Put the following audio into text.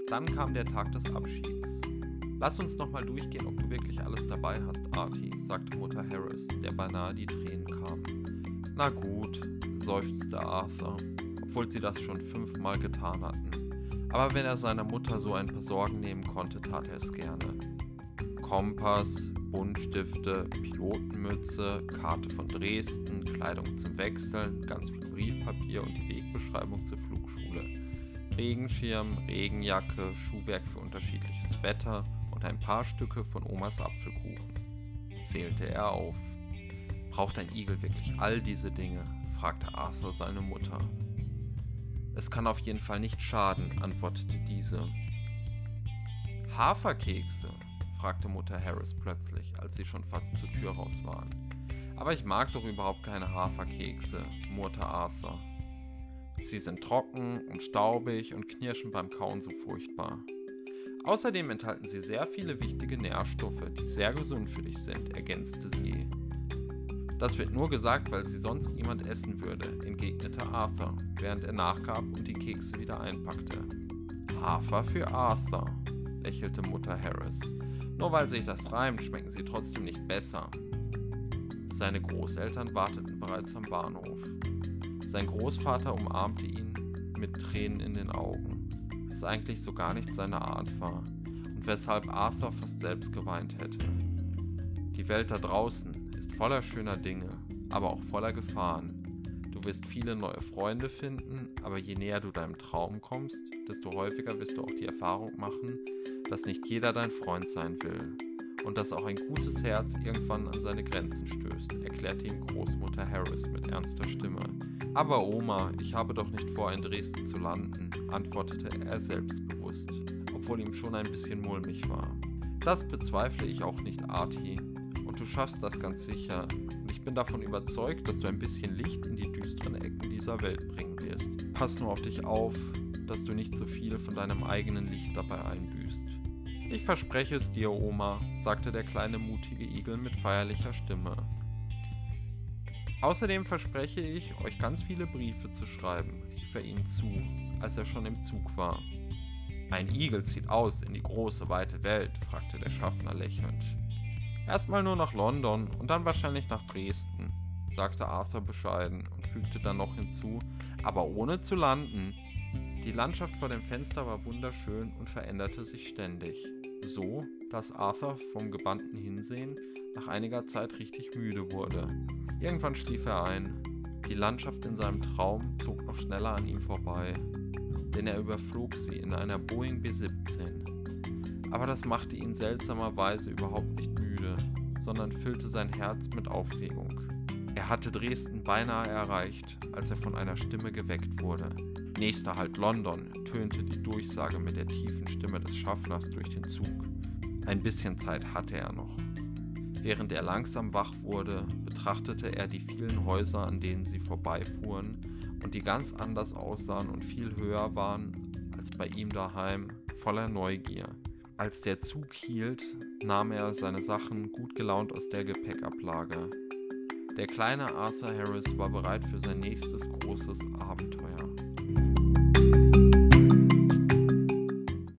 Dann kam der Tag des Abschieds. »Lass uns nochmal durchgehen, ob du wirklich alles dabei hast, Artie«, sagte Mutter Harris, der beinahe die Tränen kamen. »Na gut«, seufzte Arthur, obwohl sie das schon 5-mal getan hatten. Aber wenn er seiner Mutter so ein paar Sorgen nehmen konnte, tat er es gerne. Kompass, Buntstifte, Pilotenmütze, Karte von Dresden, Kleidung zum Wechseln, ganz viel Briefpapier und die Wegbeschreibung zur Flugschule. Regenschirm, Regenjacke, Schuhwerk für unterschiedliches Wetter und ein paar Stücke von Omas Apfelkuchen. Zählte er auf. »Braucht ein Igel wirklich all diese Dinge?« fragte Arthur seine Mutter. »Es kann auf jeden Fall nicht schaden«, antwortete diese. »Haferkekse?«, fragte Mutter Harris plötzlich, als sie schon fast zur Tür raus waren. »Aber ich mag doch überhaupt keine Haferkekse«, murrte Arthur. »Sie sind trocken und staubig und knirschen beim Kauen so furchtbar. Außerdem enthalten sie sehr viele wichtige Nährstoffe, die sehr gesund für dich sind«, ergänzte sie. »Das wird nur gesagt, weil sie sonst niemand essen würde«, entgegnete Arthur, während er nachgab und die Kekse wieder einpackte. »Hafer für Arthur«, lächelte Mutter Harris. »Nur weil sich das reimt, schmecken sie trotzdem nicht besser.« Seine Großeltern warteten bereits am Bahnhof. Sein Großvater umarmte ihn mit Tränen in den Augen, was eigentlich so gar nicht seine Art war und weshalb Arthur fast selbst geweint hätte. Die Welt da draußen ist voller schöner Dinge, aber auch voller Gefahren. Du wirst viele neue Freunde finden, aber je näher du deinem Traum kommst, desto häufiger wirst du auch die Erfahrung machen, dass nicht jeder dein Freund sein will und dass auch ein gutes Herz irgendwann an seine Grenzen stößt, erklärte ihm Großmutter Harris mit ernster Stimme. »Aber Oma, ich habe doch nicht vor, in Dresden zu landen«, antwortete er selbstbewusst, obwohl ihm schon ein bisschen mulmig war. »Das bezweifle ich auch nicht, Artie. Und du schaffst das ganz sicher. Und ich bin davon überzeugt, dass du ein bisschen Licht in die düsteren Ecken dieser Welt bringen wirst. Pass nur auf dich auf, dass du nicht so viel von deinem eigenen Licht dabei einbüßt.« »Ich verspreche es dir, Oma«, sagte der kleine mutige Igel mit feierlicher Stimme. »Außerdem verspreche ich, euch ganz viele Briefe zu schreiben«, rief er ihnen zu, als er schon im Zug war. »Ein Igel zieht aus in die große, weite Welt«, fragte der Schaffner lächelnd. »Erstmal nur nach London und dann wahrscheinlich nach Dresden«, sagte Arthur bescheiden und fügte dann noch hinzu, »aber ohne zu landen.« Die Landschaft vor dem Fenster war wunderschön und veränderte sich ständig. So, dass Arthur vom gebannten Hinsehen nach einiger Zeit richtig müde wurde. Irgendwann schlief er ein. Die Landschaft in seinem Traum zog noch schneller an ihm vorbei, denn er überflog sie in einer Boeing B-17. Aber das machte ihn seltsamerweise überhaupt nicht müde, sondern füllte sein Herz mit Aufregung. Er hatte Dresden beinahe erreicht, als er von einer Stimme geweckt wurde. »Nächster Halt London«, tönte die Durchsage mit der tiefen Stimme des Schaffners durch den Zug. Ein bisschen Zeit hatte er noch. Während er langsam wach wurde, betrachtete er die vielen Häuser, an denen sie vorbeifuhren und die ganz anders aussahen und viel höher waren als bei ihm daheim, voller Neugier. Als der Zug hielt, nahm er seine Sachen gut gelaunt aus der Gepäckablage. Der kleine Arthur Harris war bereit für sein nächstes großes Abenteuer.